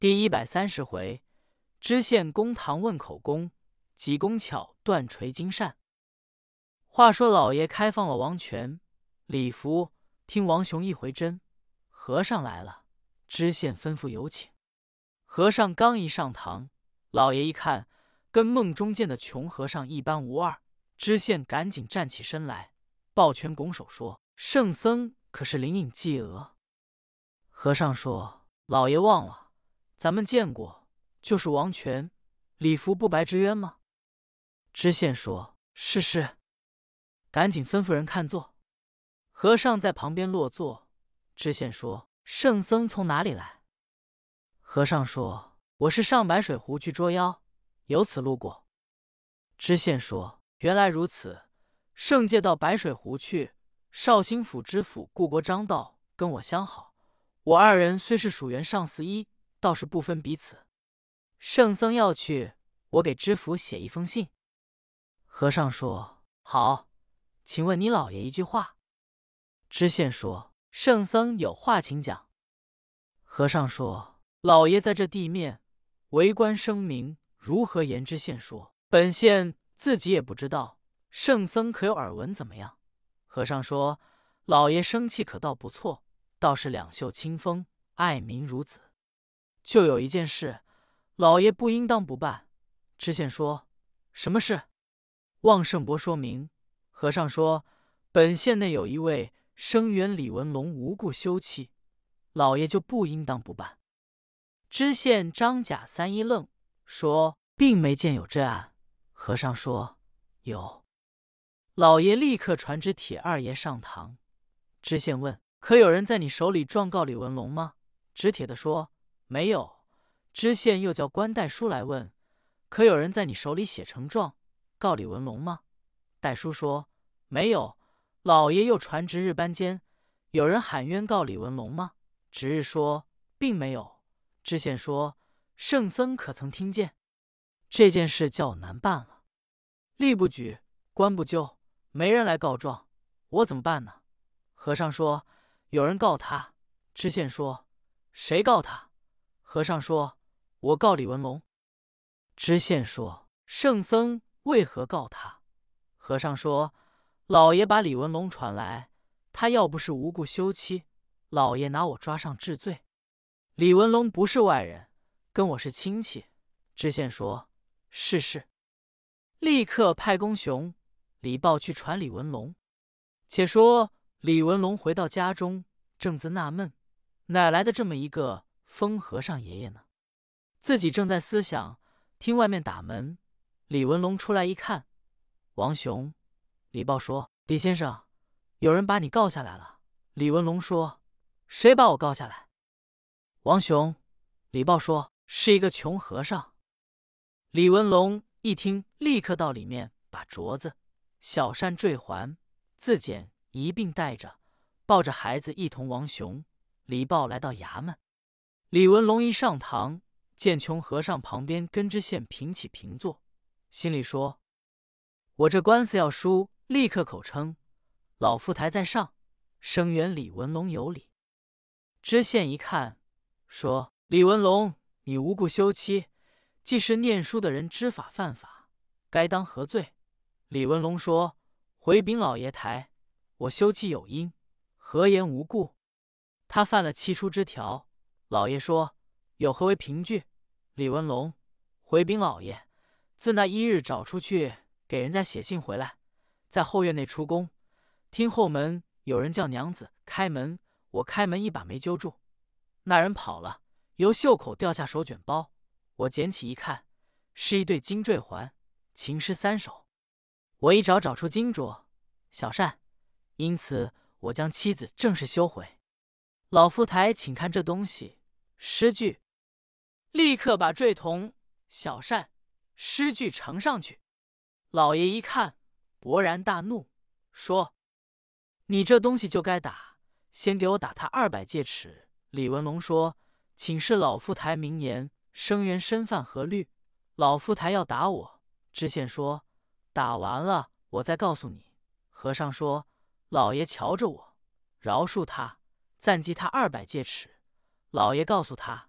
第130回，知县公堂问口供，济公巧断锤金扇。话说老爷开放了王权，礼服听王雄一回真。和尚来了，知县吩咐有请。和尚刚一上堂，老爷一看，跟梦中见的穷和尚一般无二。知县赶紧站起身来，抱拳拱手说：“圣僧可是灵隐济额？”和尚说：“老爷忘了，咱们见过，就是王权，礼服不白之冤吗？”知县说：“是。”赶紧吩咐人看座。和尚在旁边落座。知县说：“圣僧从哪里来？”和尚说：“我是上白水湖去捉妖，由此路过。”知县说：“原来如此，圣介到白水湖去，绍兴府知府顾国张道跟我相好，我二人虽是属原上司一，倒是不分彼此。圣僧要去，我给知府写一封信。”和尚说：“好，请问你老爷一句话。”知县说：“圣僧有话请讲。”和尚说：“老爷在这地面为官声名，如何言？”知县说：“本县自己也不知道，圣僧可有耳闻怎么样？”和尚说：“老爷生气可倒不错，倒是两袖清风，爱民如子。就有一件事，老爷不应当不办。”知县说：“什么事？”望圣伯说明。和尚说：“本县内有一位生员李文龙无故休妻，老爷就不应当不办。”知县张甲三一愣，说：“并没见有这案。”和尚说：“有。”老爷立刻传旨铁二爷上堂。知县问：“可有人在你手里状告李文龙吗？”纸铁的说：“没有。”知县又叫关代书来问：“可有人在你手里写成状告李文龙吗？”代书说：“没有。”老爷又传值日班间：“有人喊冤告李文龙吗？”值日说：“并没有。”知县说：“圣僧可曾听见？这件事叫我难办了，吏不举，官不究，没人来告状，我怎么办呢？”和尚说：“有人告他。”知县说：“谁告他？”和尚说：“我告李文龙。”知县说：“圣僧为何告他？”和尚说：“老爷把李文龙传来，他要不是无故休妻，老爷拿我抓上治罪。李文龙不是外人，跟我是亲戚。”知县说：“是。”立刻派公雄、李豹去传李文龙。且说李文龙回到家中，正自纳闷，哪来的这么一个疯和尚爷爷呢？自己正在思想，听外面打门。李文龙出来一看，王雄、李豹说：“李先生，有人把你告下来了。”李文龙说：“谁把我告下来？”王雄、李豹说：“是一个穷和尚。”李文龙一听，立刻到里面把镯子、小扇坠环、自检一并带着，抱着孩子一同王雄、李豹来到衙门。李文龙一上堂，见穷和尚旁边跟知县平起平坐，心里说：“我这官司要输，立刻口称老夫台在上，声援李文龙有理。”知县一看，说：“李文龙，你无故休妻，既是念书的人，知法犯法，该当何罪？”李文龙说：“回禀老爷台，我休妻有因，何言无故？”他犯了7出之条。老爷说：“有何为凭据？”李文龙回禀老爷，自那1日找出去给人家写信回来，在后院内出宫，听后门有人叫娘子开门，我开门一把没揪住，那人跑了，由袖口掉下手卷包，我捡起一看，是一对金坠环，琴诗3首。我一找出金镯、小扇，因此我将妻子正式休回。老夫台请看这东西。诗句。立刻把坠铜、小扇、诗句呈上去。老爷一看，勃然大怒，说：“你这东西就该打，先给我打他200戒尺。”李文龙说：“请示老夫台明言，生源身犯何律？老夫台要打我。”知县说：“打完了，我再告诉你。”和尚说：“老爷瞧着我，饶恕他，暂记他200戒尺。”老爷告诉他：“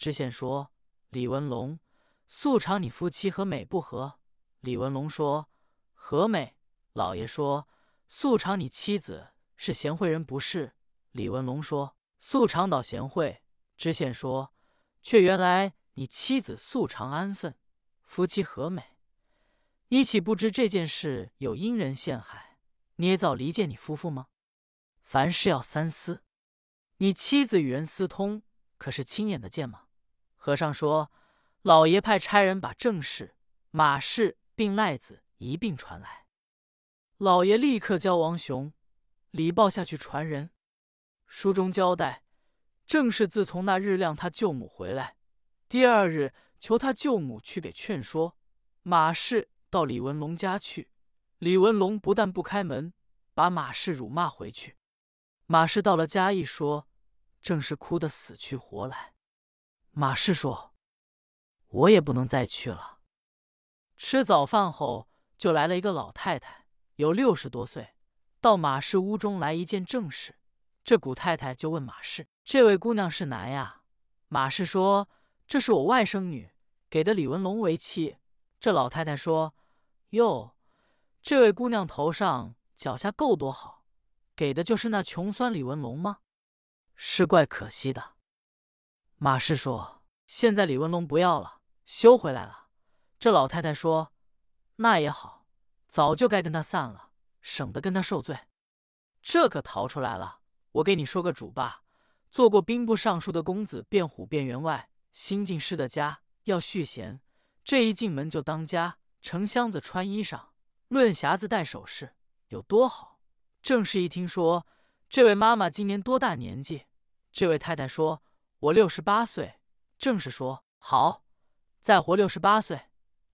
知县说：“李文龙，素常你夫妻和美不和？”李文龙说：“和美。”老爷说：“素常你妻子是贤惠人不是？”李文龙说：“素常倒贤惠。”知县说：“却原来你妻子素常安分，夫妻和美，你岂不知这件事有阴人陷害，捏造离间你夫妇吗？凡事要三思。你妻子与人私通，可是亲眼的见吗？”和尚说：“老爷派差人把郑氏、马氏并赖子一并传来。”老爷立刻教王雄、李豹下去传人。书中交代，郑氏自从那日谅他舅母回来，第二日求他舅母去给劝说。马氏到李文龙家去，李文龙不但不开门，把马氏辱骂回去。马氏到了家一说，郑氏哭得死去活来。马氏说：“我也不能再去了。”吃早饭后，就来了一个老太太，有60多岁，到马氏屋中来一见郑氏。这古太太就问马氏：“这位姑娘是男呀？”马氏说：“这是我外甥女，给的李文龙为妻。”这老太太说：“哟，这位姑娘头上脚下够多好，给的就是那穷酸李文龙吗？是怪可惜的。”马氏说：“现在李文龙不要了，休回来了。”这老太太说：“那也好，早就该跟他散了，省得跟他受罪。这可逃出来了。我给你说个主吧，做过兵部尚书的公子卞虎卞员外，新进士的家，要续弦，这一进门就当家，盛箱子穿衣裳，论匣子戴首饰，有多好。”郑氏一听说，这位妈妈今年多大年纪？这位太太说：“我68岁。”郑氏说：“好，再活68岁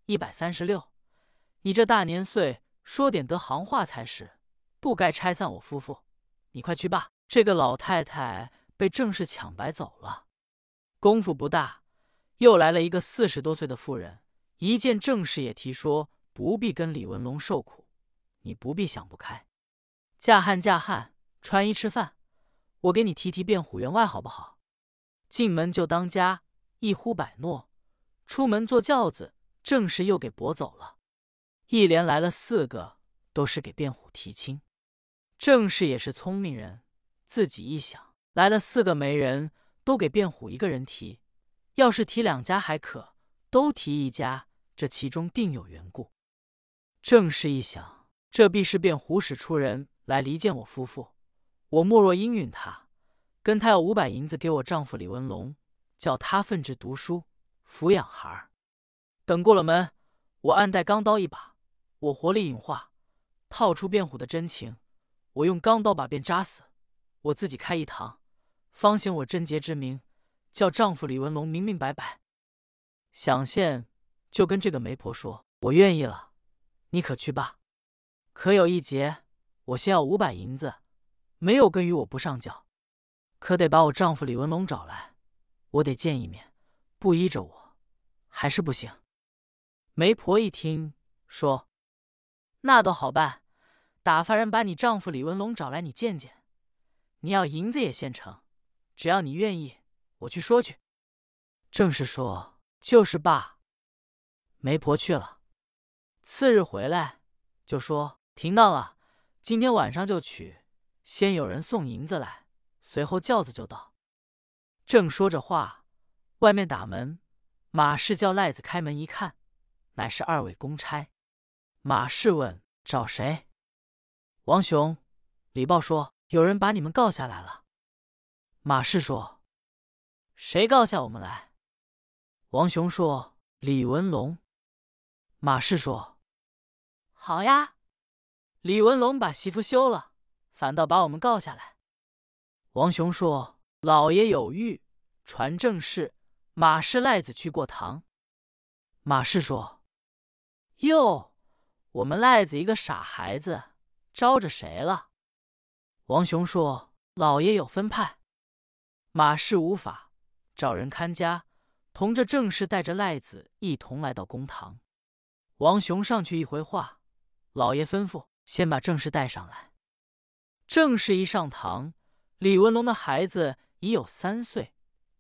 ，136。你这大年岁，说点得行话才是，不该拆散我夫妇。你快去吧。”这个老太太被郑氏抢白走了。功夫不大，又来了一个40多岁的妇人，一见郑氏也提说：“不必跟李文龙受苦，你不必想不开。嫁汉，穿衣吃饭，我给你提卞虎员外好不好？”进门就当家，一呼百诺。出门坐轿子，郑氏又给驳走了。一连来了4个，都是给卞虎提亲。郑氏也是聪明人，自己一想，来了4个媒人，都给卞虎一个人提，要是提2家还可，都提1家，这其中定有缘故。郑氏一想，这必是卞虎使出人来离间我夫妇，我莫若应允他，跟他要500银子给我丈夫李文龙，叫他奋志读书，抚养孩儿。等过了门，我暗带钢刀一把，我活里引话，套出卞虎的真情，我用钢刀把卞扎死，我自己开一堂，方显我贞洁之名，叫丈夫李文龙明明白白。想现就跟这个媒婆说：“我愿意了，你可去吧。可有一节，我先要500银子，没有跟与我不上轿，可得把我丈夫李文龙找来，我得见一面，不依着我还是不行。”媒婆一听说：“那倒好办，打发人把你丈夫李文龙找来，你见见。你要银子也现成，只要你愿意，我去说去。”郑氏说：“就是罢。”媒婆去了。次日回来就说：“停当了，今天晚上就取，先有人送银子来，随后轿子就到。”正说着话，外面打门，马氏叫赖子开门一看，乃是2位公差。马氏问：“找谁？”王雄、李豹说：“有人把你们告下来了。”马氏说：“谁告下我们来？”王雄说：“李文龙。”马氏说：“好呀，李文龙把媳妇休了，反倒把我们告下来。”王雄说：“老爷有谕，传正事，马氏赖子去过堂。”马氏说：“哟，我们赖子一个傻孩子，招着谁了？”王雄说：“老爷有分派。”马氏无法，找人看家，同着郑氏带着赖子一同来到公堂。王雄上去一回话，老爷吩咐先把郑氏带上来。郑氏一上堂，李文龙的孩子已有3岁，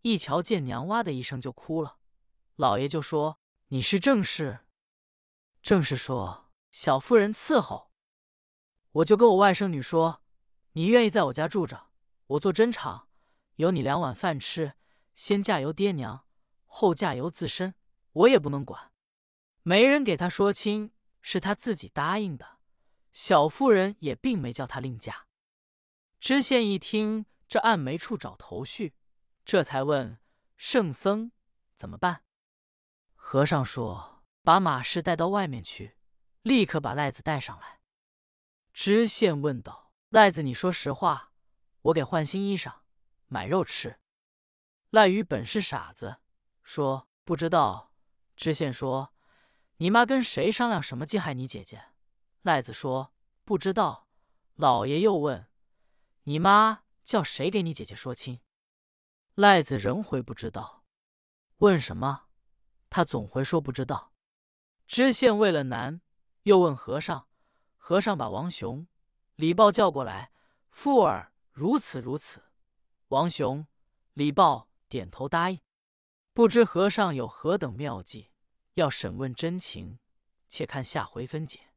一瞧见娘，哇的一声就哭了。老爷就说：“你是正室？”正室说：“小夫人伺候。”我就跟我外甥女说：“你愿意在我家住着，我做针厂，有你2碗饭吃，先嫁由爹娘，后嫁由自身，我也不能管。”没人给他说清，是他自己答应的。小妇人也并没叫他另嫁。知县一听，这案没处找头绪，这才问圣僧怎么办。和尚说：“把马氏带到外面去，立刻把赖子带上来。”知县问道：“赖子，你说实话，我给换新衣裳，买肉吃。”赖鱼本是傻子，说不知道。知县说：“你妈跟谁商量什么计害你姐姐？”赖子说：“不知道。”老爷又问：“你妈叫谁给你姐姐说清？”赖子仍回不知道。问什么？他总回说不知道。知县为了难，又问和尚。和尚把王雄、李豹叫过来，父儿如此如此。王雄、李豹点头答应。不知和尚有何等妙计，要审问真情，且看下回分解。